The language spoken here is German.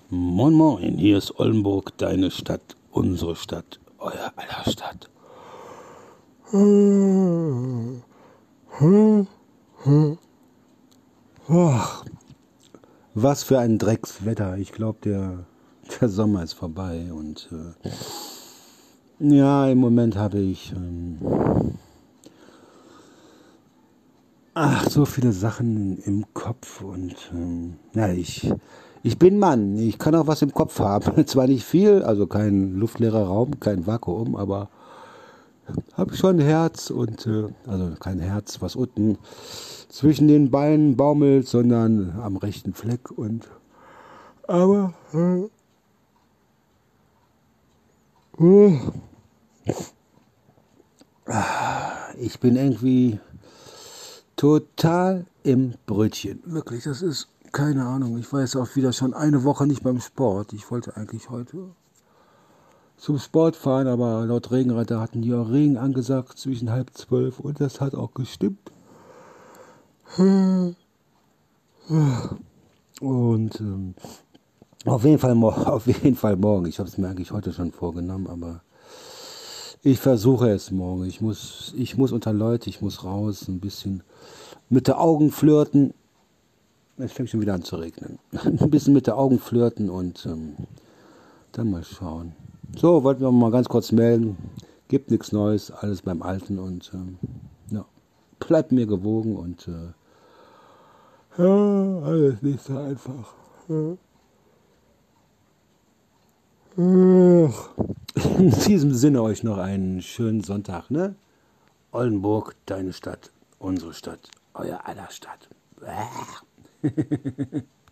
Moin Moin, hier ist Oldenburg, deine Stadt, unsere Stadt, euer aller Stadt. Ach, was für ein Dreckswetter. Ich glaube, der Sommer ist vorbei und ja, im Moment habe ich so viele Sachen im Kopf und ja, ich bin Mann, ich kann auch was im Kopf haben. Zwar nicht viel, also kein luftleerer Raum, kein Vakuum, aber habe schon ein Herz und also kein Herz, was unten zwischen den Beinen baumelt, sondern am rechten Fleck und aber ich bin irgendwie total im Brötchen. Wirklich, das ist keine Ahnung. Ich war jetzt auch wieder schon eine Woche nicht beim Sport. Ich wollte eigentlich heute zum Sport fahren, aber laut Regenradar hatten die auch Regen angesagt zwischen 11:30 und das hat auch gestimmt. Und auf jeden Fall, auf jeden Fall morgen. Ich habe es mir eigentlich heute schon vorgenommen, aber ich versuche es morgen. Ich muss unter Leute, ich muss raus, ein bisschen mit den Augen flirten. Es fängt schon wieder an zu regnen. Ein bisschen mit den Augen flirten und dann mal schauen. So, wollten wir mal ganz kurz melden. Gibt nichts Neues, alles beim Alten und ja, bleibt mir gewogen und ja, alles nicht so einfach. In diesem Sinne euch noch einen schönen Sonntag, ne? Oldenburg, deine Stadt, unsere Stadt, euer aller Stadt.